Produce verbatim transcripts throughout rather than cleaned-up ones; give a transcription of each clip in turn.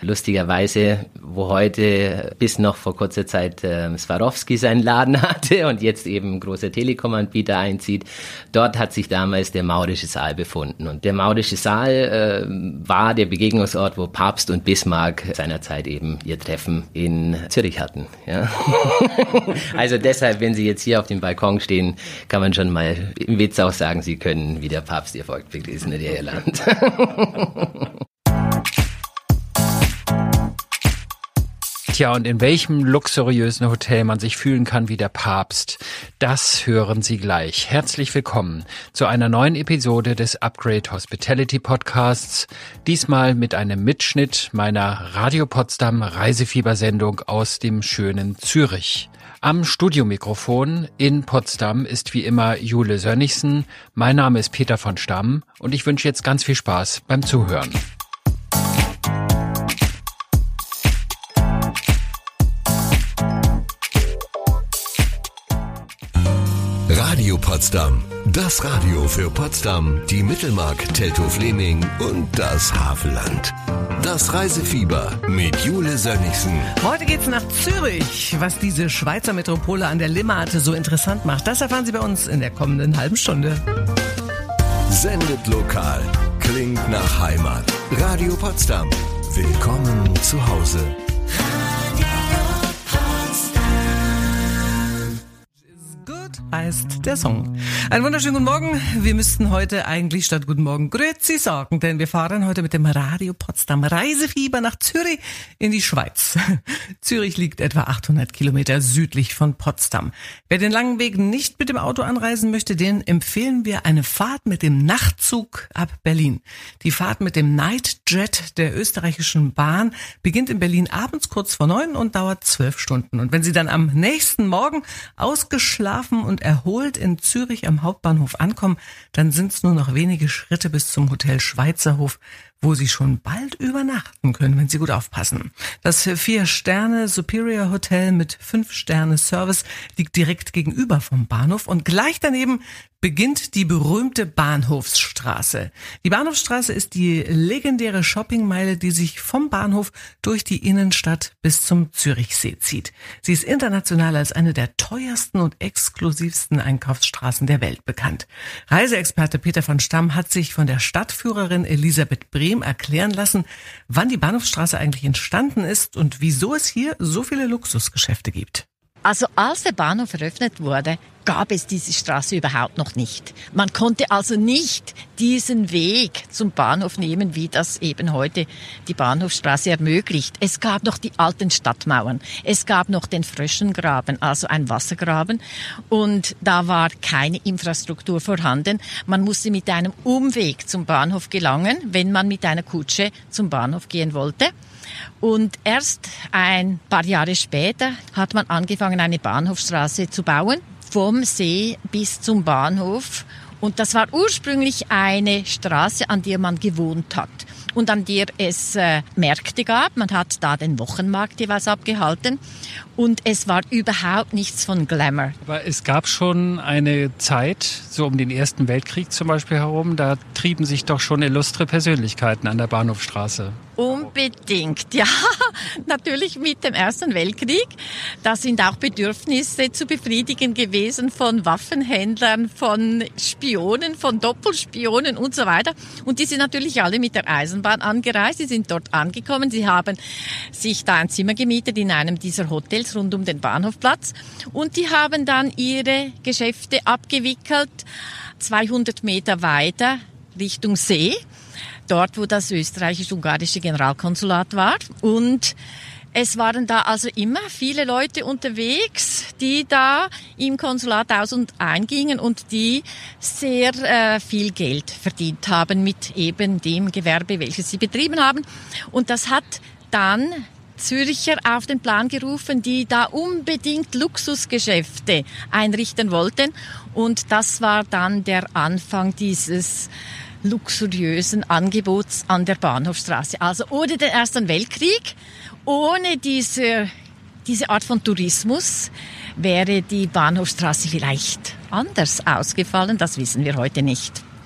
Lustigerweise, wo heute bis noch vor kurzer Zeit äh, Swarovski seinen Laden hatte und jetzt eben ein großer Telekom-Anbieter einzieht, dort hat sich damals der Maurische Saal befunden. Und der Maurische Saal äh, war der Begegnungsort, wo Papst und Bismarck seinerzeit eben ihr Treffen in Zürich hatten. Ja. Also deshalb, wenn Sie jetzt hier auf dem Balkon stehen, kann man schon mal im Witz auch sagen, Sie können wie der Papst Ihr Volk begrüßen in Ihr Land. Tja, und in welchem luxuriösen Hotel man sich fühlen kann wie der Papst, das hören Sie gleich. Herzlich willkommen zu einer neuen Episode des Upgrade Hospitality Podcasts. Diesmal mit einem Mitschnitt meiner Radio Potsdam Reisefiebersendung aus dem schönen Zürich. Am Studiomikrofon in Potsdam ist wie immer Jule Sönnigsen. Mein Name ist Peter von Stamm und ich wünsche jetzt ganz viel Spaß beim Zuhören. Radio Potsdam, das Radio für Potsdam, die Mittelmark, Teltow-Fleming und das Havelland. Das Reisefieber mit Jule Sönnigsen. Heute geht's nach Zürich. Was diese Schweizer Metropole an der Limmat so interessant macht, das erfahren Sie bei uns in der kommenden halben Stunde. Sendet lokal, klingt nach Heimat. Radio Potsdam. Willkommen zu Hause. Heißt der Song. Einen wunderschönen guten Morgen. Wir müssten heute eigentlich statt Guten Morgen Grüezi sagen, denn wir fahren heute mit dem Radio Potsdam Reisefieber nach Zürich in die Schweiz. Zürich liegt etwa achthundert Kilometer südlich von Potsdam. Wer den langen Weg nicht mit dem Auto anreisen möchte, den empfehlen wir eine Fahrt mit dem Nachtzug ab Berlin. Die Fahrt mit dem Nightjet der österreichischen Bahn beginnt in Berlin abends kurz vor neun und dauert zwölf Stunden. Und wenn Sie dann am nächsten Morgen ausgeschlafen und erholt in Zürich am Hauptbahnhof ankommen, dann sind es nur noch wenige Schritte bis zum Hotel Schweizerhof, wo Sie schon bald übernachten können, wenn Sie gut aufpassen. Das Vier-Sterne Superior Hotel mit Fünf-Sterne-Service liegt direkt gegenüber vom Bahnhof und gleich daneben beginnt die berühmte Bahnhofsstraße. Die Bahnhofsstraße ist die legendäre Shoppingmeile, die sich vom Bahnhof durch die Innenstadt bis zum Zürichsee zieht. Sie ist international als eine der teuersten und exklusivsten Einkaufsstraßen der Welt bekannt. Reiseexperte Peter von Stamm hat sich von der Stadtführerin Elisabeth Brehm erklären lassen, wann die Bahnhofsstraße eigentlich entstanden ist und wieso es hier so viele Luxusgeschäfte gibt. Also als der Bahnhof eröffnet wurde, gab es diese Straße überhaupt noch nicht. Man konnte also nicht diesen Weg zum Bahnhof nehmen, wie das eben heute die Bahnhofsstraße ermöglicht. Es gab noch die alten Stadtmauern. Es gab noch den Fröschengraben, also ein Wassergraben. Und da war keine Infrastruktur vorhanden. Man musste mit einem Umweg zum Bahnhof gelangen, wenn man mit einer Kutsche zum Bahnhof gehen wollte. Und erst ein paar Jahre später hat man angefangen, eine Bahnhofsstraße zu bauen, vom See bis zum Bahnhof. Und das war ursprünglich eine Straße, an der man gewohnt hat und an der es äh, Märkte gab. Man hat da den Wochenmarkt jeweils abgehalten und es war überhaupt nichts von Glamour. Aber es gab schon eine Zeit, so um den Ersten Weltkrieg zum Beispiel herum, da trieben sich doch schon illustre Persönlichkeiten an der Bahnhofsstraße. Unbedingt, ja, natürlich mit dem Ersten Weltkrieg. Da sind auch Bedürfnisse zu befriedigen gewesen von Waffenhändlern, von Spionen, von Doppelspionen und so weiter. Und die sind natürlich alle mit der Eisenbahn angereist, sie sind dort angekommen, sie haben sich da ein Zimmer gemietet in einem dieser Hotels rund um den Bahnhofplatz und die haben dann ihre Geschäfte abgewickelt, zweihundert Meter weiter Richtung See. Dort, wo das österreichisch-ungarische Generalkonsulat war. Und es waren da also immer viele Leute unterwegs, die da im Konsulat aus und eingingen und die sehr äh, viel Geld verdient haben mit eben dem Gewerbe, welches sie betrieben haben. Und das hat dann Zürcher auf den Plan gerufen, die da unbedingt Luxusgeschäfte einrichten wollten. Und das war dann der Anfang dieses luxuriösen Angebots an der Bahnhofsstraße. Also ohne den Ersten Weltkrieg, ohne diese, diese Art von Tourismus wäre die Bahnhofsstraße vielleicht anders ausgefallen. Das wissen wir heute nicht.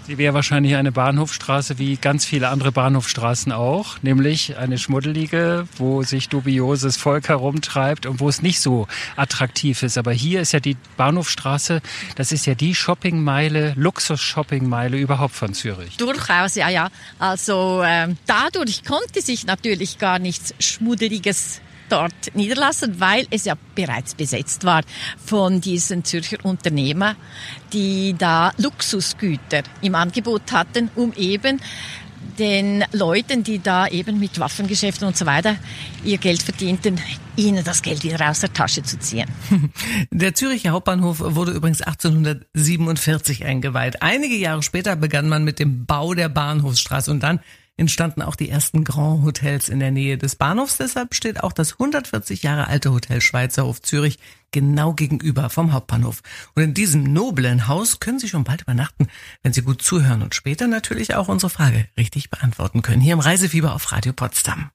Die wäre wahrscheinlich eine Bahnhofstraße wie ganz viele andere Bahnhofstraßen auch, nämlich eine schmuddelige, wo sich dubioses Volk herumtreibt und wo es nicht so attraktiv ist. Aber hier ist ja die Bahnhofstraße, das ist ja die Shoppingmeile, Luxus-Shoppingmeile überhaupt von Zürich. Durchaus, ja, ja. Also äh, dadurch konnte sich natürlich gar nichts Schmuddeliges dort niederlassen, weil es ja bereits besetzt war von diesen Zürcher Unternehmern, die da Luxusgüter im Angebot hatten, um eben den Leuten, die da eben mit Waffengeschäften und so weiter ihr Geld verdienten, ihnen das Geld wieder aus der Tasche zu ziehen. Der Züricher Hauptbahnhof wurde übrigens achtzehnhundertsiebenundvierzig eingeweiht. Einige Jahre später begann man mit dem Bau der Bahnhofsstraße und dann entstanden auch die ersten Grand Hotels in der Nähe des Bahnhofs. Deshalb steht auch das hundertvierzig Jahre alte Hotel Schweizerhof Zürich genau gegenüber vom Hauptbahnhof. Und in diesem noblen Haus können Sie schon bald übernachten, wenn Sie gut zuhören und später natürlich auch unsere Frage richtig beantworten können. Hier im Reisefieber auf Radio Potsdam.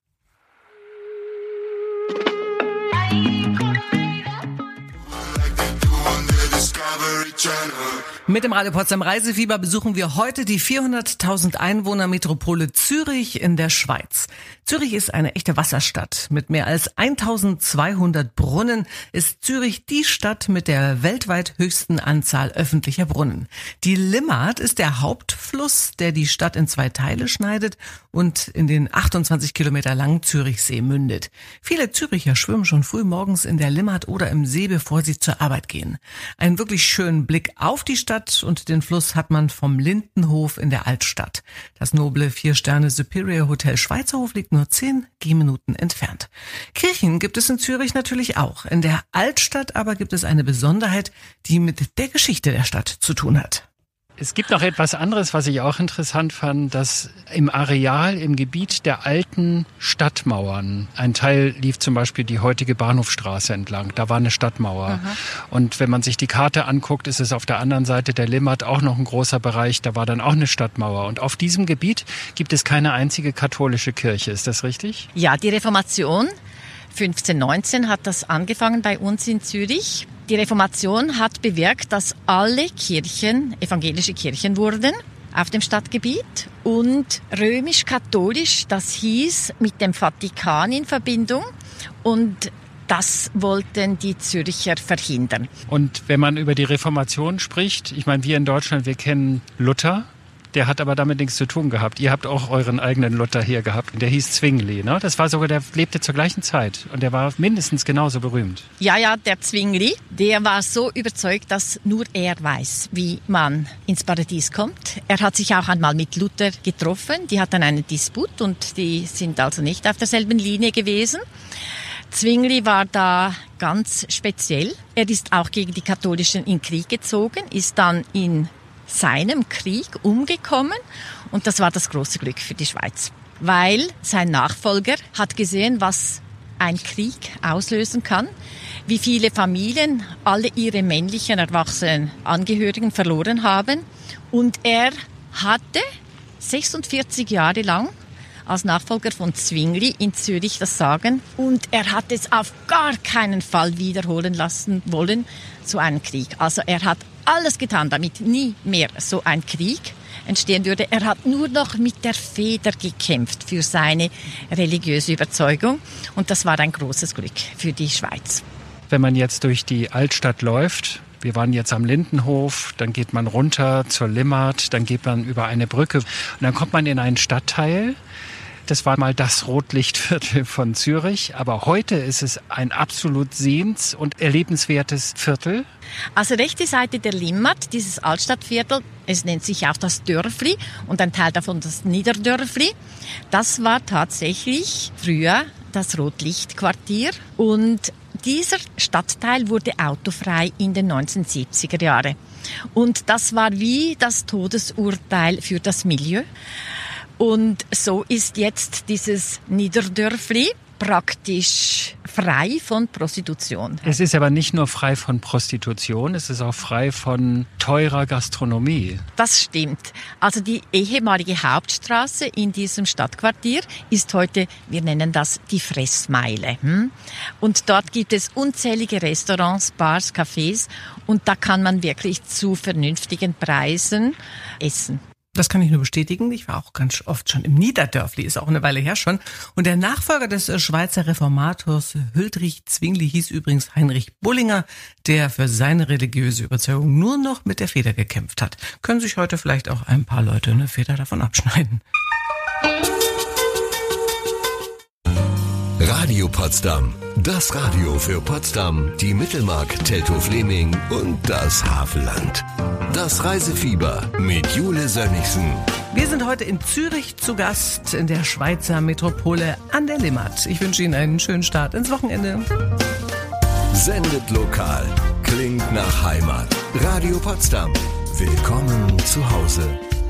Mit dem Radio Potsdam Reisefieber besuchen wir heute die vierhunderttausend Einwohner-Metropole Zürich in der Schweiz. Zürich ist eine echte Wasserstadt. Mit mehr als eintausendzweihundert Brunnen ist Zürich die Stadt mit der weltweit höchsten Anzahl öffentlicher Brunnen. Die Limmat ist der Hauptfluss, der die Stadt in zwei Teile schneidet und in den achtundzwanzig Kilometer langen Zürichsee mündet. Viele Züricher schwimmen schon früh morgens in der Limmat oder im See, bevor sie zur Arbeit gehen. Einen wirklich schönen Blick auf die Stadt und den Fluss hat man vom Lindenhof in der Altstadt. Das noble Vier-Sterne Superior Hotel Schweizerhof liegt nur zehn Gehminuten entfernt. Kirchen gibt es in Zürich natürlich auch. In der Altstadt aber gibt es eine Besonderheit, die mit der Geschichte der Stadt zu tun hat. Es gibt noch etwas anderes, was ich auch interessant fand, dass im Areal, im Gebiet der alten Stadtmauern, ein Teil lief zum Beispiel die heutige Bahnhofstraße entlang, da war eine Stadtmauer. Aha. Und wenn man sich die Karte anguckt, ist es auf der anderen Seite der Limmat auch noch ein großer Bereich, da war dann auch eine Stadtmauer. Und auf diesem Gebiet gibt es keine einzige katholische Kirche, ist das richtig? Ja, die Reformation fünfzehnhundertneunzehn hat das angefangen bei uns in Zürich. Die Reformation hat bewirkt, dass alle Kirchen evangelische Kirchen wurden auf dem Stadtgebiet und römisch-katholisch, das hieß mit dem Vatikan in Verbindung und das wollten die Zürcher verhindern. Und wenn man über die Reformation spricht, ich meine, wir in Deutschland, wir kennen Luther. Der hat aber damit nichts zu tun gehabt. Ihr habt auch euren eigenen Luther hier gehabt. Der hieß Zwingli, ne? Das war sogar, der lebte zur gleichen Zeit. Und der war mindestens genauso berühmt. Ja, ja, der Zwingli, der war so überzeugt, dass nur er weiß, wie man ins Paradies kommt. Er hat sich auch einmal mit Luther getroffen. Die hatten einen Disput und die sind also nicht auf derselben Linie gewesen. Zwingli war da ganz speziell. Er ist auch gegen die Katholischen in Krieg gezogen, ist dann in seinem Krieg umgekommen und das war das große Glück für die Schweiz, weil sein Nachfolger hat gesehen, was ein Krieg auslösen kann, wie viele Familien alle ihre männlichen erwachsenen Angehörigen verloren haben und er hatte sechsundvierzig Jahre lang als Nachfolger von Zwingli in Zürich das Sagen und er hat es auf gar keinen Fall wiederholen lassen wollen, so einen Krieg. Also er hat alles getan, damit nie mehr so ein Krieg entstehen würde. Er hat nur noch mit der Feder gekämpft für seine religiöse Überzeugung und das war ein großes Glück für die Schweiz. Wenn man jetzt durch die Altstadt läuft, wir waren jetzt am Lindenhof, dann geht man runter zur Limmat, dann geht man über eine Brücke und dann kommt man in einen Stadtteil. Das war mal das Rotlichtviertel von Zürich, aber heute ist es ein absolut sehens- und erlebenswertes Viertel. Also rechte Seite der Limmat, dieses Altstadtviertel, es nennt sich auch das Dörfli und ein Teil davon das Niederdörfli. Das war tatsächlich früher das Rotlichtquartier und dieser Stadtteil wurde autofrei in den neunzehnhundertsiebziger Jahren. Und das war wie das Todesurteil für das Milieu. Und so ist jetzt dieses Niederdörfli praktisch frei von Prostitution. Es ist aber nicht nur frei von Prostitution, es ist auch frei von teurer Gastronomie. Das stimmt. Also die ehemalige Hauptstraße in diesem Stadtquartier ist heute, wir nennen das die Fressmeile. Und dort gibt es unzählige Restaurants, Bars, Cafés und da kann man wirklich zu vernünftigen Preisen essen. Das kann ich nur bestätigen. Ich war auch ganz oft schon im Niederdörfli, ist auch eine Weile her schon. Und der Nachfolger des Schweizer Reformators Huldrych Zwingli hieß übrigens Heinrich Bullinger, der für seine religiöse Überzeugung nur noch mit der Feder gekämpft hat. Können sich heute vielleicht auch ein paar Leute eine Feder davon abschneiden. Radio Potsdam. Das Radio für Potsdam, die Mittelmark, Teltow-Fleming und das Havelland. Das Reisefieber mit Jule Sönnigsen. Wir sind heute in Zürich zu Gast, in der Schweizer Metropole an der Limmat. Ich wünsche Ihnen einen schönen Start ins Wochenende. Sendet lokal. Klingt nach Heimat. Radio Potsdam. Willkommen zu Hause.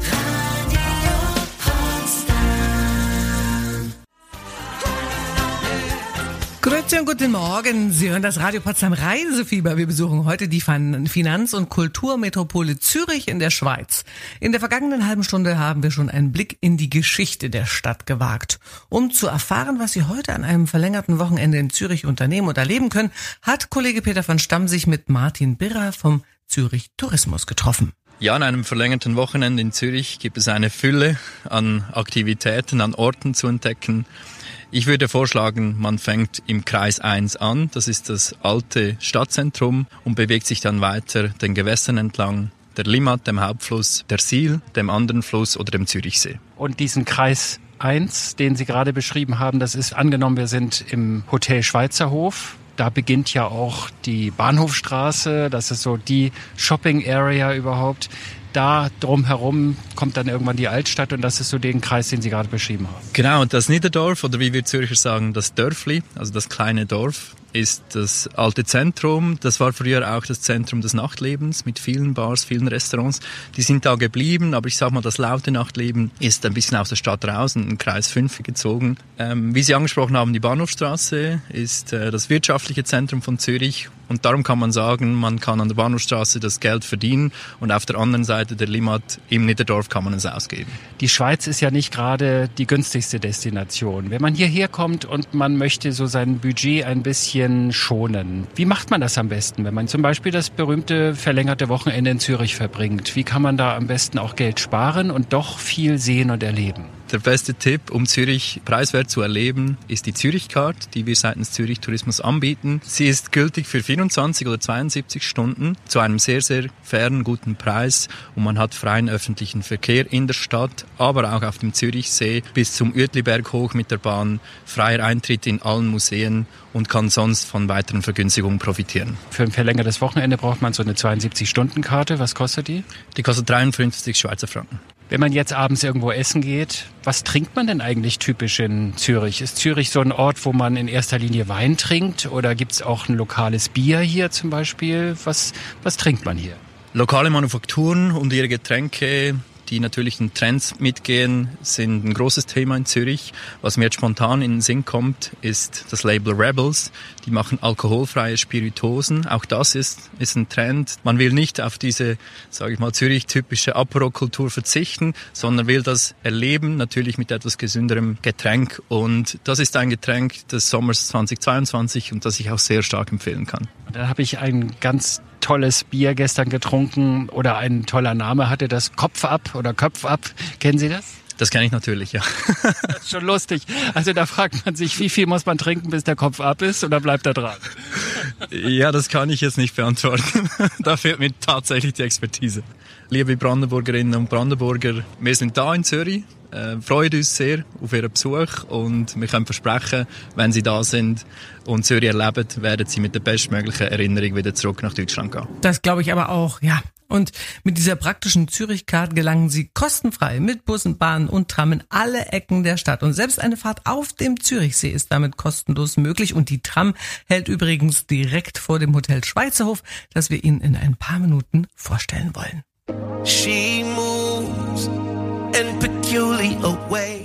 Grüezi und guten Morgen. Sie hören das Radio Potsdam Reisefieber. Wir besuchen heute die Finanz- und Kulturmetropole Zürich in der Schweiz. In der vergangenen halben Stunde haben wir schon einen Blick in die Geschichte der Stadt gewagt. Um zu erfahren, was Sie heute an einem verlängerten Wochenende in Zürich unternehmen und erleben können, hat Kollege Peter von Stamm sich mit Martin Birrer vom Zürich Tourismus getroffen. Ja, an einem verlängerten Wochenende in Zürich gibt es eine Fülle an Aktivitäten, an Orten zu entdecken. Ich würde vorschlagen, man fängt im Kreis eins an, das ist das alte Stadtzentrum, und bewegt sich dann weiter den Gewässern entlang, der Limmat, dem Hauptfluss, der Sihl, dem anderen Fluss oder dem Zürichsee. Und diesen Kreis eins, den Sie gerade beschrieben haben, das ist angenommen, wir sind im Hotel Schweizerhof. Da beginnt ja auch die Bahnhofstraße, das ist so die Shopping-Area überhaupt. Da drumherum kommt dann irgendwann die Altstadt und das ist so den Kreis, den Sie gerade beschrieben haben. Genau, und das Niederdorf, oder wie wir Zürcher sagen, das Dörfli, also das kleine Dorf, ist das alte Zentrum. Das war früher auch das Zentrum des Nachtlebens mit vielen Bars, vielen Restaurants. Die sind da geblieben, aber ich sag mal, das laute Nachtleben ist ein bisschen aus der Stadt raus, in den Kreis fünf gezogen. Ähm, wie Sie angesprochen haben, die Bahnhofstraße ist äh, das wirtschaftliche Zentrum von Zürich. Und darum kann man sagen, man kann an der Bahnhofstraße das Geld verdienen und auf der anderen Seite der Limmat im Niederdorf kann man es ausgeben. Die Schweiz ist ja nicht gerade die günstigste Destination. Wenn man hierher kommt und man möchte so sein Budget ein bisschen schonen, wie macht man das am besten, wenn man zum Beispiel das berühmte verlängerte Wochenende in Zürich verbringt? Wie kann man da am besten auch Geld sparen und doch viel sehen und erleben? Der beste Tipp, um Zürich preiswert zu erleben, ist die Zürich-Card, die wir seitens Zürich Tourismus anbieten. Sie ist gültig für vierundzwanzig oder zweiundsiebzig Stunden zu einem sehr, sehr fairen, guten Preis. Und man hat freien öffentlichen Verkehr in der Stadt, aber auch auf dem Zürichsee bis zum Uetliberg hoch mit der Bahn, freier Eintritt in allen Museen und kann sonst von weiteren Vergünstigungen profitieren. Für ein verlängertes Wochenende braucht man so eine zweiundsiebzig-Stunden-Karte. Was kostet die? Die kostet dreiundfünfzig Schweizer Franken. Wenn man jetzt abends irgendwo essen geht, was trinkt man denn eigentlich typisch in Zürich? Ist Zürich so ein Ort, wo man in erster Linie Wein trinkt oder gibt es auch ein lokales Bier hier zum Beispiel? Was, was trinkt man hier? Lokale Manufakturen und ihre Getränke, die natürlich den Trends mitgehen, sind ein großes Thema in Zürich. Was mir jetzt spontan in den Sinn kommt, ist das Label Rebels. Die machen alkoholfreie Spirituosen. Auch das ist, ist ein Trend. Man will nicht auf diese, sage ich mal, Zürich-typische Apero-Kultur verzichten, sondern will das erleben, natürlich mit etwas gesünderem Getränk. Und das ist ein Getränk des Sommers zweitausendzweiundzwanzig und das ich auch sehr stark empfehlen kann. Und dann habe ich ein ganz tolles Bier gestern getrunken oder ein toller Name hatte das, Kopf ab oder Köpf ab. Kennen Sie das? Das kenne ich natürlich, ja. Das ist schon lustig. Also da fragt man sich, wie viel muss man trinken, bis der Kopf ab ist, oder bleibt er dran? Ja, das kann ich jetzt nicht beantworten. Da fehlt mir tatsächlich die Expertise. Liebe Brandenburgerinnen und Brandenburger, wir sind da in Zürich, äh, freuen uns sehr auf Ihren Besuch und wir können versprechen, wenn Sie da sind und Zürich erleben, werden Sie mit der bestmöglichen Erinnerung wieder zurück nach Deutschland gehen. Das glaube ich aber auch, ja. Und mit dieser praktischen Zürich-Card gelangen Sie kostenfrei mit Bussen, Bahnen und Tram in alle Ecken der Stadt. Und selbst eine Fahrt auf dem Zürichsee ist damit kostenlos möglich. Und die Tram hält übrigens direkt vor dem Hotel Schweizerhof, das wir Ihnen in ein paar Minuten vorstellen wollen. She moves in peculiar way.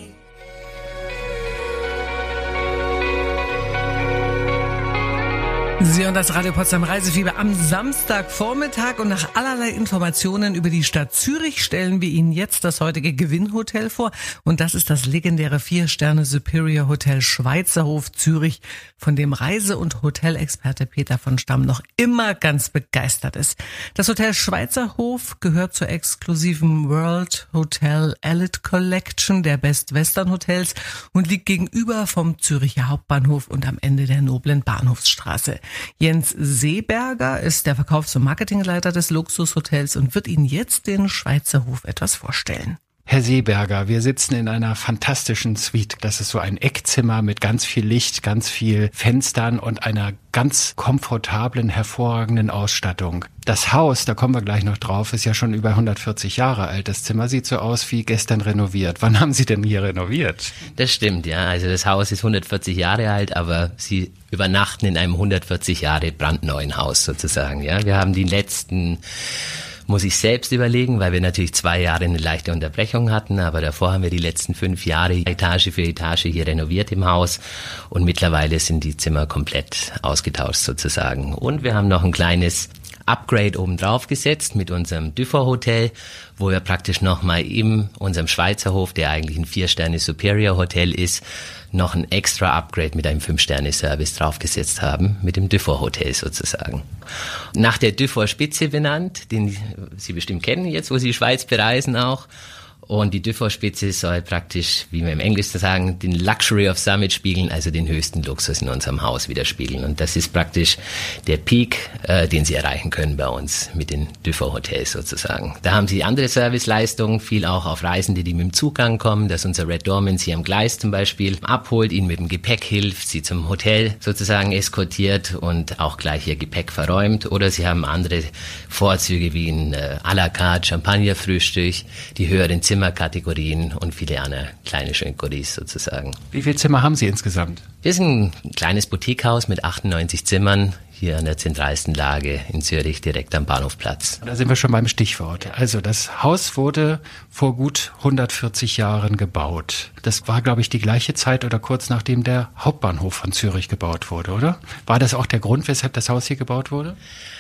Sie und das Radio Potsdam Reisefieber am Samstagvormittag, und nach allerlei Informationen über die Stadt Zürich stellen wir Ihnen jetzt das heutige Gewinnhotel vor, und das ist das legendäre vier-Sterne Superior Hotel Schweizerhof Zürich, von dem Reise- und Hotelexperte Peter von Stamm noch immer ganz begeistert ist. Das Hotel Schweizerhof gehört zur exklusiven World Hotel Elite Collection der Best Western Hotels und liegt gegenüber vom Züricher Hauptbahnhof und am Ende der noblen Bahnhofsstraße. Jens Seeberger ist der Verkaufs- und Marketingleiter des Luxushotels und wird Ihnen jetzt den Schweizerhof etwas vorstellen. Herr Seeberger, wir sitzen in einer fantastischen Suite. Das ist so ein Eckzimmer mit ganz viel Licht, ganz viel Fenstern und einer ganz komfortablen, hervorragenden Ausstattung. Das Haus, da kommen wir gleich noch drauf, ist ja schon über hundertvierzig Jahre alt. Das Zimmer sieht so aus wie gestern renoviert. Wann haben Sie denn hier renoviert? Das stimmt, ja. Also das Haus ist hundertvierzig Jahre alt, aber Sie übernachten in einem hundertvierzig Jahre brandneuen Haus sozusagen. Ja, wir haben die letzten, muss ich selbst überlegen, weil wir natürlich zwei Jahre eine leichte Unterbrechung hatten, aber davor haben wir die letzten fünf Jahre Etage für Etage hier renoviert im Haus, und mittlerweile sind die Zimmer komplett ausgetauscht sozusagen. Und wir haben noch ein kleines Upgrade oben drauf gesetzt mit unserem Dufour Hotel, wo wir praktisch nochmal in unserem Schweizerhof, der eigentlich ein vier-Sterne Superior Hotel ist, noch ein extra Upgrade mit einem fünf-Sterne-Service draufgesetzt haben, mit dem Dufour Hotel sozusagen. Nach der Dufour Spitze benannt, den Sie bestimmt kennen jetzt, wo Sie die Schweiz bereisen auch. Und die Dufour Spitze soll praktisch, wie wir im Englischen sagen, den Luxury of Summit spiegeln, also den höchsten Luxus in unserem Haus widerspiegeln. Und das ist praktisch der Peak, äh, den Sie erreichen können bei uns mit den Dufour Hotels sozusagen. Da haben Sie andere Serviceleistungen, viel auch auf Reisende, die mit dem Zug ankommen, dass unser Red Doorman Sie am Gleis zum Beispiel abholt, Ihnen mit dem Gepäck hilft, Sie zum Hotel sozusagen eskortiert und auch gleich Ihr Gepäck verräumt. Oder Sie haben andere Vorzüge wie ein äh, à la carte Champagnerfrühstück, die höheren Zimmer Kategorien und viele andere kleine Schöngoodies sozusagen. Wie viele Zimmer haben Sie insgesamt? Wir sind ein kleines Boutiquehaus mit achtundneunzig Zimmern, hier an der zentralsten Lage in Zürich, direkt am Bahnhofplatz. Da sind wir schon beim Stichwort. Also das Haus wurde vor gut hundertvierzig Jahren gebaut. Das war, glaube ich, die gleiche Zeit oder kurz nachdem der Hauptbahnhof von Zürich gebaut wurde, oder? War das auch der Grund, weshalb das Haus hier gebaut wurde?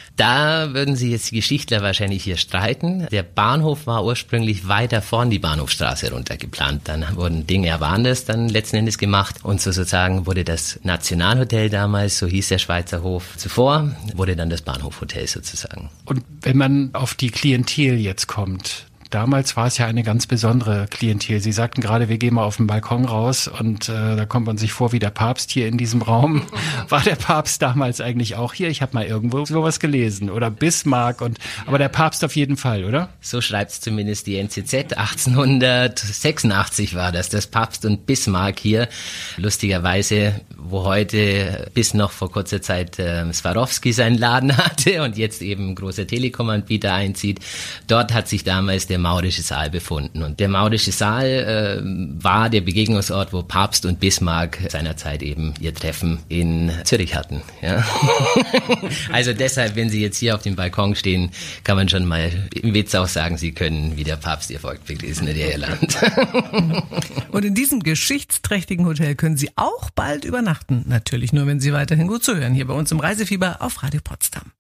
Da würden Sie jetzt die Geschichtler wahrscheinlich hier streiten. Der Bahnhof war ursprünglich weiter vorn die Bahnhofstraße runter geplant. Dann wurden Dinge woanders dann letzten Endes gemacht. Und so sozusagen wurde das Nationalhotel damals, so hieß der Schweizer Hof zuvor, wurde dann das Bahnhofhotel sozusagen. Und wenn man auf die Klientel jetzt kommt, damals war es ja eine ganz besondere Klientel. Sie sagten gerade, wir gehen mal auf den Balkon raus und äh, da kommt man sich vor wie der Papst hier in diesem Raum. War der Papst damals eigentlich auch hier? Ich habe mal irgendwo sowas gelesen. Oder Bismarck, und aber der Papst auf jeden Fall, oder? So schreibt es zumindest die N Z Z. achtzehnhundertsechsundachtzig war das, das Papst und Bismarck hier. Lustigerweise, wo heute bis noch vor kurzer Zeit äh, Swarovski seinen Laden hatte und jetzt eben ein großer Telekom-Anbieter einzieht. Dort hat sich damals der Maurische Saal befunden. Und der Maurische Saal äh, war der Begegnungsort, wo Papst und Bismarck seinerzeit eben ihr Treffen in Zürich hatten. Ja? Also deshalb, wenn Sie jetzt hier auf dem Balkon stehen, kann man schon mal im Witz auch sagen, Sie können wie der Papst Ihr Volk begrüßen in Ihr Land. Und in diesem geschichtsträchtigen Hotel können Sie auch bald übernachten. Natürlich nur, wenn Sie weiterhin gut zuhören. Hier bei uns im Reisefieber auf Radio Potsdam.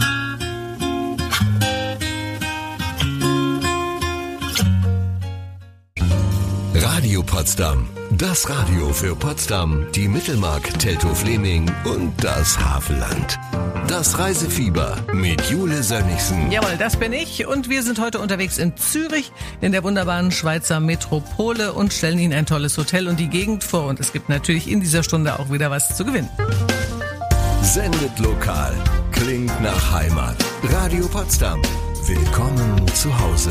Radio Potsdam. Das Radio für Potsdam, die Mittelmark, Teltow-Fleming und das Havelland. Das Reisefieber mit Jule Sönnigsen. Jawohl, das bin ich, und wir sind heute unterwegs in Zürich, in der wunderbaren Schweizer Metropole, und stellen Ihnen ein tolles Hotel und die Gegend vor. Und es gibt natürlich in dieser Stunde auch wieder was zu gewinnen. Sendet lokal, klingt nach Heimat. Radio Potsdam. Willkommen zu Hause.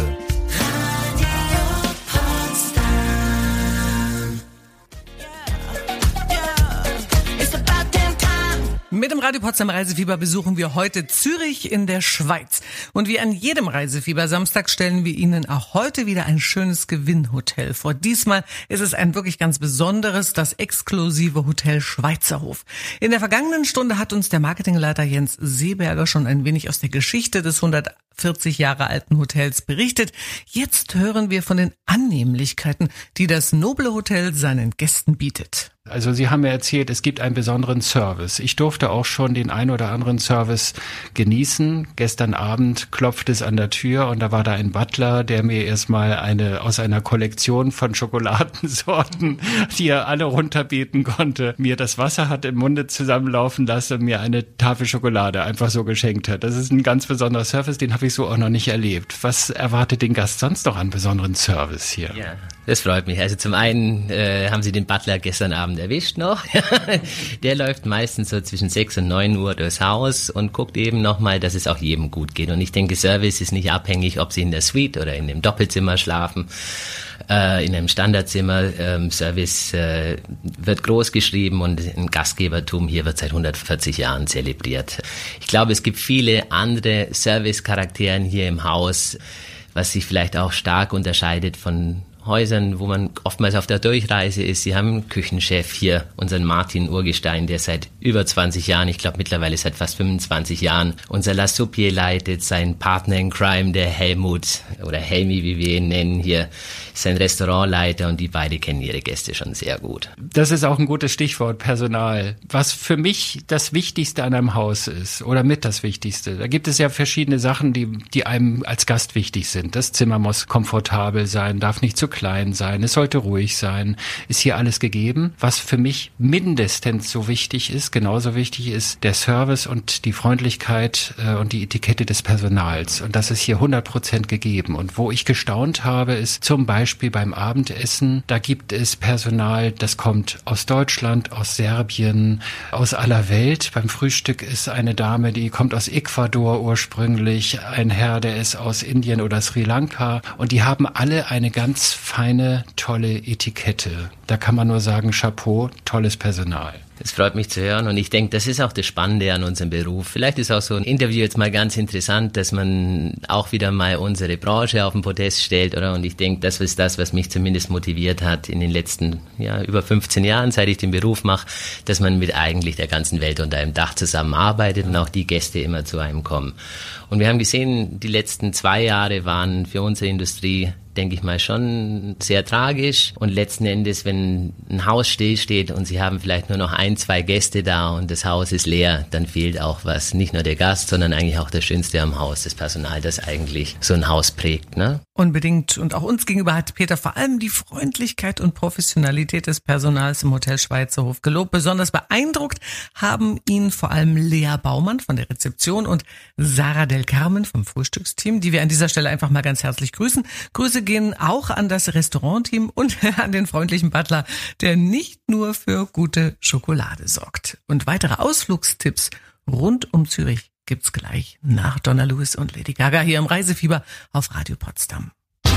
Mit dem Radio Potsdam Reisefieber besuchen wir heute Zürich in der Schweiz. Und wie an jedem Reisefieber Samstag stellen wir Ihnen auch heute wieder ein schönes Gewinnhotel vor. Diesmal ist es ein wirklich ganz besonderes, das exklusive Hotel Schweizerhof. In der vergangenen Stunde hat uns der Marketingleiter Jens Seeberger schon ein wenig aus der Geschichte des hundertvierzig Jahre alten Hotels berichtet. Jetzt hören wir von den Annehmlichkeiten, die das noble Hotel seinen Gästen bietet. Also Sie haben mir erzählt, es gibt einen besonderen Service. Ich durfte auch schon den ein oder anderen Service genießen. Gestern Abend klopfte es an der Tür und da war da ein Butler, der mir erstmal eine aus einer Kollektion von Schokoladensorten, die er alle runterbeten konnte, mir das Wasser hat im Munde zusammenlaufen lassen und mir eine Tafel Schokolade einfach so geschenkt hat. Das ist ein ganz besonderer Service, den habe ich so auch noch nicht erlebt. Was erwartet den Gast sonst noch an besonderen Service hier? Ja, das freut mich. Also zum einen äh, haben Sie den Butler gestern Abend erwischt noch. Der läuft meistens so zwischen sechs und neun Uhr durchs Haus und guckt eben nochmal, dass es auch jedem gut geht. Und ich denke, Service ist nicht abhängig, ob Sie in der Suite oder in dem Doppelzimmer schlafen, äh, in einem Standardzimmer. Ähm, Service äh, wird groß geschrieben und ein Gastgebertum hier wird seit hundertvierzig Jahren zelebriert. Ich glaube, es gibt viele andere Service-Charakteren hier im Haus, was sich vielleicht auch stark unterscheidet von Häusern, wo man oftmals auf der Durchreise ist. Sie haben einen Küchenchef hier, unseren Martin Urgestein, der seit über zwanzig Jahren, ich glaube mittlerweile seit fast fünfundzwanzig Jahren, unser La Soupier leitet, sein Partner in Crime, der Helmut oder Helmi, wie wir ihn nennen hier, sein Restaurantleiter und die beide kennen ihre Gäste schon sehr gut. Das ist auch ein gutes Stichwort, Personal. Was für mich das Wichtigste an einem Haus ist oder mit das Wichtigste. Da gibt es ja verschiedene Sachen, die, die einem als Gast wichtig sind. Das Zimmer muss komfortabel sein, darf nicht zu klein sein, es sollte ruhig sein. Ist hier alles gegeben? Was für mich mindestens so wichtig ist, genauso wichtig ist der Service und die Freundlichkeit äh, und die Etikette des Personals. Und das ist hier hundert Prozent gegeben. Und wo ich gestaunt habe, ist zum Beispiel beim Abendessen, da gibt es Personal, das kommt aus Deutschland, aus Serbien, aus aller Welt. Beim Frühstück ist eine Dame, die kommt aus Ecuador ursprünglich, ein Herr, der ist aus Indien oder Sri Lanka. Und die haben alle eine ganz feine, tolle Etikette. Da kann man nur sagen, Chapeau, tolles Personal. Das freut mich zu hören und ich denke, das ist auch das Spannende an unserem Beruf. Vielleicht ist auch so ein Interview jetzt mal ganz interessant, dass man auch wieder mal unsere Branche auf den Podest stellt, oder? Und ich denke, das ist das, was mich zumindest motiviert hat in den letzten, ja, über fünfzehn Jahren, seit ich den Beruf mache, dass man mit eigentlich der ganzen Welt unter einem Dach zusammenarbeitet und auch die Gäste immer zu einem kommen. Und wir haben gesehen, die letzten zwei Jahre waren für unsere Industrie, denke ich mal, schon sehr tragisch. Und letzten Endes, wenn ein Haus stillsteht und Sie haben vielleicht nur noch ein, zwei Gäste da und das Haus ist leer, dann fehlt auch was. Nicht nur der Gast, sondern eigentlich auch das Schönste am Haus, das Personal, das eigentlich so ein Haus prägt, ne? Unbedingt. Und auch uns gegenüber hat Peter vor allem die Freundlichkeit und Professionalität des Personals im Hotel Schweizerhof gelobt. Besonders beeindruckt haben ihn vor allem Lea Baumann von der Rezeption und Sarah Del Carmen vom Frühstücksteam, die wir an dieser Stelle einfach mal ganz herzlich grüßen. Grüße gehen auch an das Restaurantteam und an den freundlichen Butler, der nicht nur für gute Schokolade sorgt. Und weitere Ausflugstipps rund um Zürich gibt's gleich nach Donna Lewis und Lady Gaga hier im Reisefieber auf Radio Potsdam.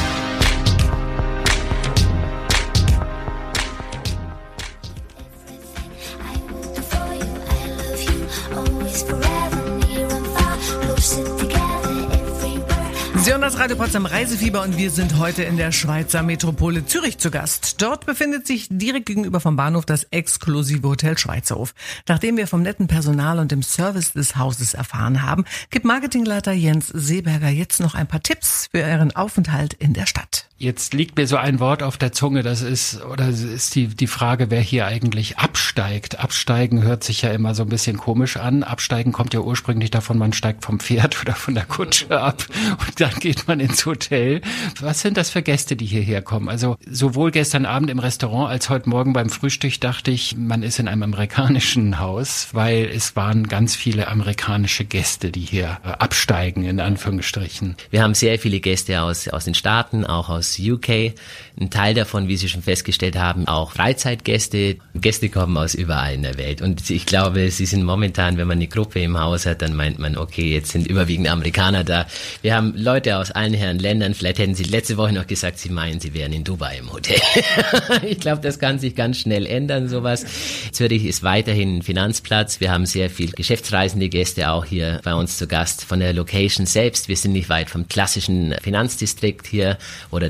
Sie hören das Radio Potsdam Reisefieber und wir sind heute in der Schweizer Metropole Zürich zu Gast. Dort befindet sich direkt gegenüber vom Bahnhof das exklusive Hotel Schweizerhof. Nachdem wir vom netten Personal und dem Service des Hauses erfahren haben, gibt Marketingleiter Jens Seeberger jetzt noch ein paar Tipps für Ihren Aufenthalt in der Stadt. Jetzt liegt mir so ein Wort auf der Zunge, das ist, oder ist die, die Frage, wer hier eigentlich absteigt. Absteigen hört sich ja immer so ein bisschen komisch an. Absteigen kommt ja ursprünglich davon, man steigt vom Pferd oder von der Kutsche ab und dann geht man ins Hotel. Was sind das für Gäste, die hierher kommen? Also sowohl gestern Abend im Restaurant als heute Morgen beim Frühstück dachte ich, man ist in einem amerikanischen Haus, weil es waren ganz viele amerikanische Gäste, die hier absteigen, in Anführungsstrichen. Wir haben sehr viele Gäste aus, aus den Staaten, auch aus U K. Ein Teil davon, wie Sie schon festgestellt haben, auch Freizeitgäste. Gäste kommen aus überall in der Welt. Und ich glaube, sie sind momentan, wenn man eine Gruppe im Haus hat, dann meint man, okay, jetzt sind überwiegend Amerikaner da. Wir haben Leute aus allen Herren Ländern. Vielleicht hätten Sie letzte Woche noch gesagt, Sie meinen, Sie wären in Dubai im Hotel. Ich glaube, das kann sich ganz schnell ändern, sowas. Zürich ist weiterhin ein Finanzplatz. Wir haben sehr viel geschäftsreisende Gäste auch hier bei uns zu Gast. Von der Location selbst, wir sind nicht weit vom klassischen Finanzdistrikt hier oder dem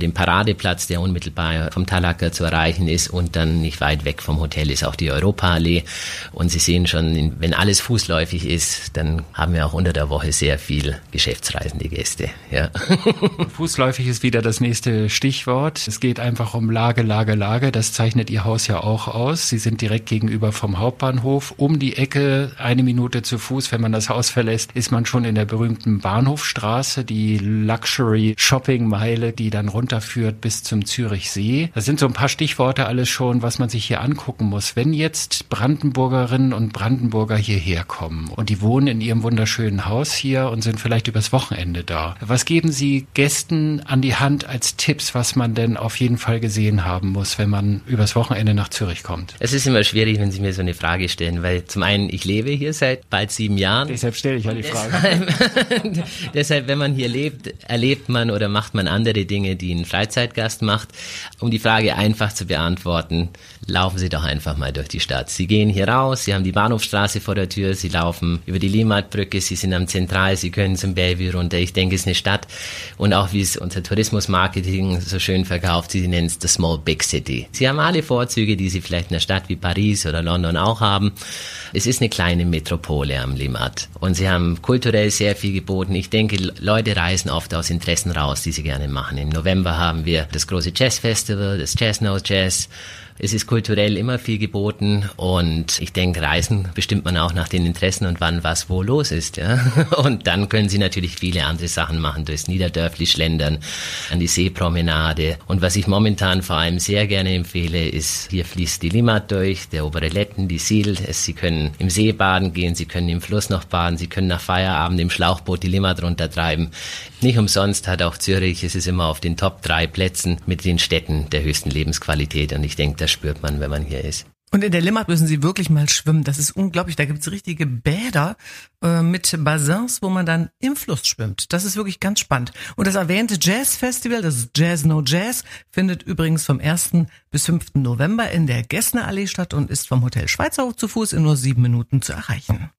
den Paradeplatz, der unmittelbar vom Talacker zu erreichen ist, und dann nicht weit weg vom Hotel ist auch die Europaallee. Und Sie sehen schon, wenn alles fußläufig ist, dann haben wir auch unter der Woche sehr viel geschäftsreisende Gäste. Ja. Fußläufig ist wieder das nächste Stichwort. Es geht einfach um Lage, Lage, Lage. Das zeichnet Ihr Haus ja auch aus. Sie sind direkt gegenüber vom Hauptbahnhof. Um die Ecke, eine Minute zu Fuß, wenn man das Haus verlässt, ist man schon in der berühmten Bahnhofstraße, die Luxury-Shopping-Meile, die dann runterführt bis zum Zürichsee. Das sind so ein paar Stichworte alles schon, was man sich hier angucken muss. Wenn jetzt Brandenburgerinnen und Brandenburger hierher kommen und die wohnen in ihrem wunderschönen Haus hier und sind vielleicht übers Wochenende da, was geben Sie Gästen an die Hand als Tipps, was man denn auf jeden Fall gesehen haben muss, wenn man übers Wochenende nach Zürich kommt? Es ist immer schwierig, wenn Sie mir so eine Frage stellen, weil zum einen, ich lebe hier seit bald sieben Jahren. Deshalb stelle ich ja die Frage. Deshalb, deshalb, wenn man hier lebt, erlebt man oder macht man andere Dinge, die ein Freizeitgast macht. Um die Frage einfach zu beantworten, laufen Sie doch einfach mal durch die Stadt. Sie gehen hier raus, Sie haben die Bahnhofstraße vor der Tür, Sie laufen über die Limmatbrücke, Sie sind am Zentral, Sie können zum Bellevue runter. Ich denke, es ist eine Stadt, und auch wie es unser Tourismusmarketing so schön verkauft, Sie nennen es the small big city. Sie haben alle Vorzüge, die Sie vielleicht in einer Stadt wie Paris oder London auch haben. Es ist eine kleine Metropole am Limmat und Sie haben kulturell sehr viel geboten. Ich denke, Leute reisen oft aus Interessen raus, die sie gerne machen. Im November haben wir das große Jazzfestival, das Jazz Knows Jazz. Es ist kulturell immer viel geboten, und ich denke, Reisen bestimmt man auch nach den Interessen und wann was wo los ist. Ja? Und dann können Sie natürlich viele andere Sachen machen, durchs Niederdörfli schlendern, an die Seepromenade. Und was ich momentan vor allem sehr gerne empfehle, ist, hier fließt die Limmat durch, der obere Letten, die Siel. Sie können im See baden gehen, Sie können im Fluss noch baden, Sie können nach Feierabend im Schlauchboot die Limmat runtertreiben. Nicht umsonst hat auch Zürich, es ist immer auf den Top drei Plätzen mit den Städten der höchsten Lebensqualität, und ich denke, das spürt man, wenn man hier ist. Und in der Limmat müssen Sie wirklich mal schwimmen. Das ist unglaublich. Da gibt's richtige Bäder äh, mit Bassins, wo man dann im Fluss schwimmt. Das ist wirklich ganz spannend. Und das erwähnte Jazzfestival, das ist Jazz Knows Jazz, findet übrigens vom ersten bis fünften November in der Gessnerallee statt und ist vom Hotel Schweizerhof zu Fuß in nur sieben Minuten zu erreichen.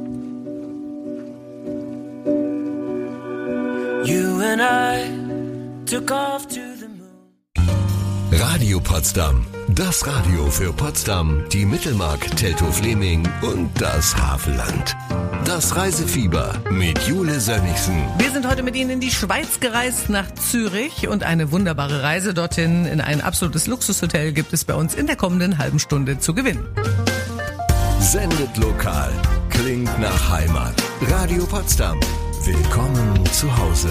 You and I took off to the moon. Radio Potsdam. Das Radio für Potsdam, die Mittelmark, Teltow-Fleming und das Havelland. Das Reisefieber mit Jule Sönnigsen. Wir sind heute mit Ihnen in die Schweiz gereist, nach Zürich, und eine wunderbare Reise dorthin in ein absolutes Luxushotel gibt es bei uns in der kommenden halben Stunde zu gewinnen. Sendet lokal, klingt nach Heimat. Radio Potsdam. Willkommen zu Hause.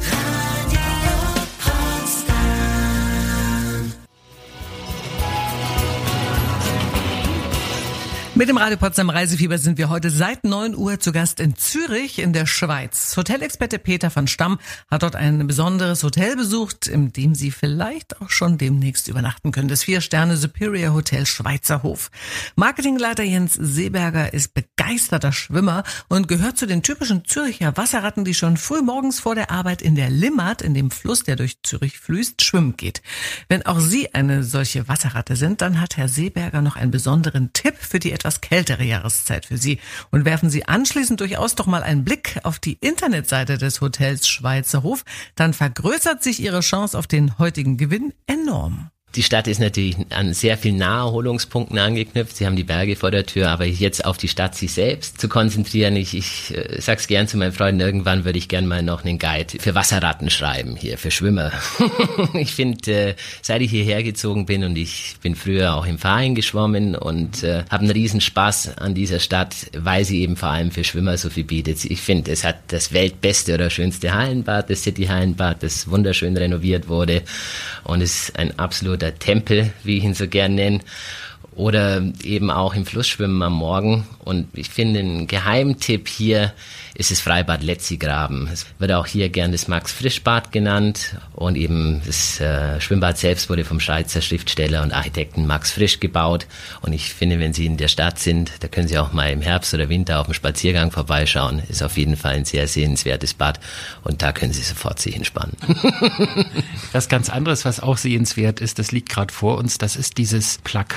Mit dem Radio Potsdam Reisefieber sind wir heute seit neun Uhr zu Gast in Zürich in der Schweiz. Hotelexperte Peter van Stamm hat dort ein besonderes Hotel besucht, in dem Sie vielleicht auch schon demnächst übernachten können. Das Vier-Sterne Superior Hotel Schweizerhof. Marketingleiter Jens Seeberger ist begeisterter Schwimmer und gehört zu den typischen Züricher Wasserratten, die schon früh morgens vor der Arbeit in der Limmat, in dem Fluss, der durch Zürich fließt, schwimmen geht. Wenn auch Sie eine solche Wasserratte sind, dann hat Herr Seeberger noch einen besonderen Tipp für die etwas kältere Jahreszeit für Sie. Und werfen Sie anschließend durchaus doch mal einen Blick auf die Internetseite des Hotels Schweizerhof, dann vergrößert sich Ihre Chance auf den heutigen Gewinn enorm. Die Stadt ist natürlich an sehr vielen Naherholungspunkten angeknüpft. Sie haben die Berge vor der Tür, aber jetzt auf die Stadt sich selbst zu konzentrieren. Ich, ich äh, sag's gern zu meinen Freunden, irgendwann würde ich gern mal noch einen Guide für Wasserratten schreiben, hier für Schwimmer. Ich finde, äh, seit ich hierher gezogen bin, und ich bin früher auch im Verein geschwommen und äh, habe einen riesen Spaß an dieser Stadt, weil sie eben vor allem für Schwimmer so viel bietet. Ich finde, es hat das weltbeste oder schönste Hallenbad, das City Hallenbad, das wunderschön renoviert wurde, und es ist ein absolut der Tempel, wie ich ihn so gern nenne, oder eben auch im Flussschwimmen am Morgen. Und ich finde, ein Geheimtipp hier ist das Freibad Letzigraben. Es wird auch hier gern das Max-Frisch-Bad genannt, und eben das äh, Schwimmbad selbst wurde vom Schweizer Schriftsteller und Architekten Max Frisch gebaut. Und ich finde, wenn Sie in der Stadt sind, da können Sie auch mal im Herbst oder Winter auf dem Spaziergang vorbeischauen. Ist auf jeden Fall ein sehr sehenswertes Bad, und da können Sie sofort sich entspannen. Was ganz anderes, was auch sehenswert ist, das liegt gerade vor uns, das ist dieses Plakat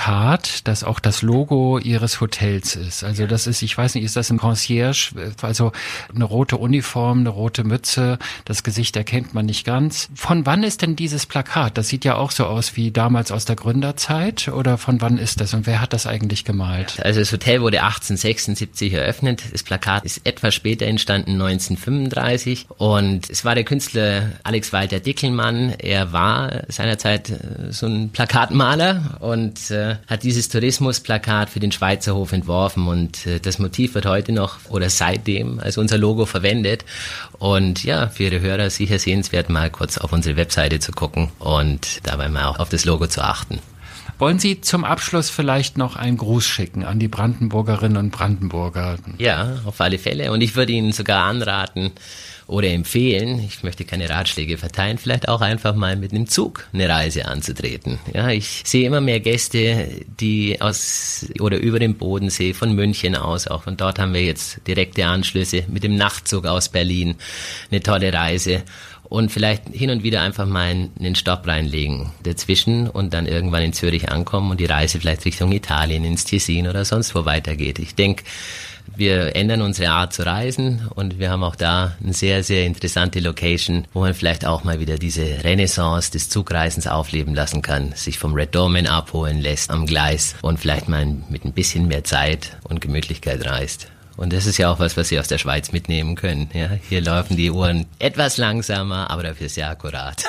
Plakat, das auch das Logo Ihres Hotels ist. Also das ist, ich weiß nicht, ist das ein Concierge, also eine rote Uniform, eine rote Mütze, das Gesicht erkennt man nicht ganz. Von wann ist denn dieses Plakat? Das sieht ja auch so aus wie damals aus der Gründerzeit, oder von wann ist das und wer hat das eigentlich gemalt? Also das Hotel wurde achtzehnhundertsechsundsiebzig eröffnet. Das Plakat ist etwas später entstanden, neunzehnhundertfünfunddreißig, und es war der Künstler Alex Walter Dickelmann. Er war seinerzeit so ein Plakatmaler und äh, hat dieses Tourismusplakat für den Schweizer Hof entworfen, und äh, das Motiv wird heute noch oder seitdem als unser Logo verwendet. Und ja, für Ihre Hörer sicher sehenswert, mal kurz auf unsere Webseite zu gucken und dabei mal auch auf das Logo zu achten. Wollen Sie zum Abschluss vielleicht noch einen Gruß schicken an die Brandenburgerinnen und Brandenburger? Ja, auf alle Fälle. Und ich würde Ihnen sogar anraten oder empfehlen, ich möchte keine Ratschläge verteilen, vielleicht auch einfach mal mit einem Zug eine Reise anzutreten. Ja, ich sehe immer mehr Gäste, die aus oder über dem Bodensee, von München aus auch. Und dort haben wir jetzt direkte Anschlüsse mit dem Nachtzug aus Berlin. Eine tolle Reise. Und vielleicht hin und wieder einfach mal einen Stopp reinlegen dazwischen und dann irgendwann in Zürich ankommen und die Reise vielleicht Richtung Italien, ins Tessin oder sonst wo weitergeht. Ich denke, wir ändern unsere Art zu reisen und wir haben auch da eine sehr, sehr interessante Location, wo man vielleicht auch mal wieder diese Renaissance des Zugreisens aufleben lassen kann, sich vom Red Doorman abholen lässt am Gleis und vielleicht mal mit ein bisschen mehr Zeit und Gemütlichkeit reist. Und das ist ja auch was, was Sie aus der Schweiz mitnehmen können. Ja, hier laufen die Uhren etwas langsamer, aber dafür sehr akkurat.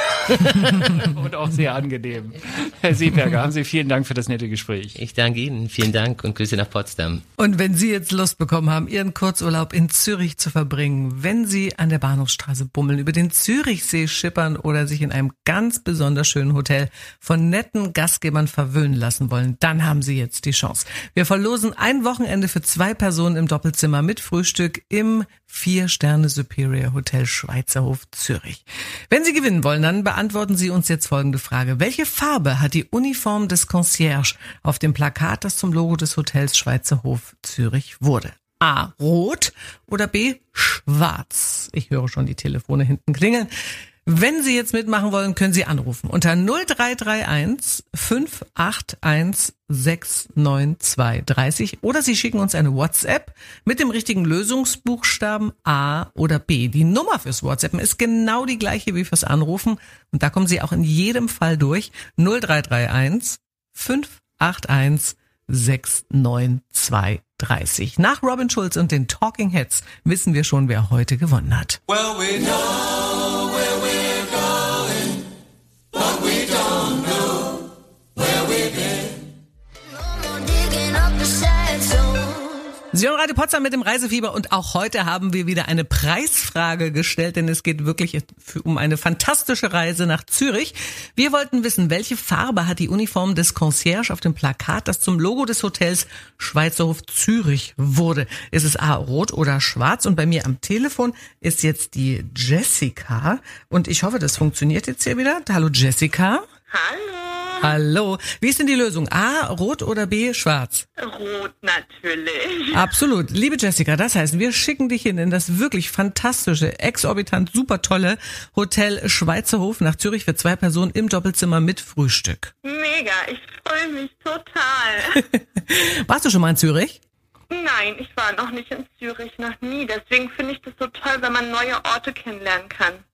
Und auch sehr angenehm. Herr Seeberger, haben Sie vielen Dank für das nette Gespräch. Ich danke Ihnen. Vielen Dank und Grüße nach Potsdam. Und wenn Sie jetzt Lust bekommen haben, Ihren Kurzurlaub in Zürich zu verbringen, wenn Sie an der Bahnhofsstraße bummeln, über den Zürichsee schippern oder sich in einem ganz besonders schönen Hotel von netten Gastgebern verwöhnen lassen wollen, dann haben Sie jetzt die Chance. Wir verlosen ein Wochenende für zwei Personen im Doppelzimmer mit Frühstück im Vier-Sterne Superior Hotel Schweizerhof Zürich. Wenn Sie gewinnen wollen, dann beantworten Sie uns jetzt folgende Frage. Welche Farbe hat die Uniform des Concierge auf dem Plakat, das zum Logo des Hotels Schweizerhof Zürich wurde? A. Rot oder B. Schwarz? Ich höre schon die Telefone hinten klingeln. Wenn Sie jetzt mitmachen wollen, können Sie anrufen unter null drei drei eins fünf acht eins sechs neun zwei drei null oder Sie schicken uns eine WhatsApp mit dem richtigen Lösungsbuchstaben A oder B. Die Nummer fürs WhatsAppen ist genau die gleiche wie fürs Anrufen und da kommen Sie auch in jedem Fall durch. null drei drei eins fünf acht eins sechs neun zwei drei null. Nach Robin Schulz und den Talking Heads wissen wir schon, wer heute gewonnen hat. Well, we know where we're going, but we don't know where we've been. No more digging up the sad souls. Sie hören Radio Potsdam mit dem Reisefieber und auch heute haben wir wieder eine Preisfrage gestellt, denn es geht wirklich um eine fantastische Reise nach Zürich. Wir wollten wissen, welche Farbe hat die Uniform des Concierge auf dem Plakat, das zum Logo des Hotels Schweizerhof Zürich wurde. Ist es A, rot oder schwarz? Und bei mir am Telefon ist jetzt die Jessica und ich hoffe, das funktioniert jetzt hier wieder. Hallo Jessica. Hallo. Hallo. Wie ist denn die Lösung? A, rot oder B, schwarz? Rot natürlich. Absolut. Liebe Jessica, das heißt, wir schicken dich hin in das wirklich fantastische, exorbitant super tolle Hotel Schweizerhof nach Zürich für zwei Personen im Doppelzimmer mit Frühstück. Mega, ich freue mich total. Warst du schon mal in Zürich? Nein, ich war noch nicht in Zürich, noch nie. Deswegen finde ich das so toll, wenn man neue Orte kennenlernen kann.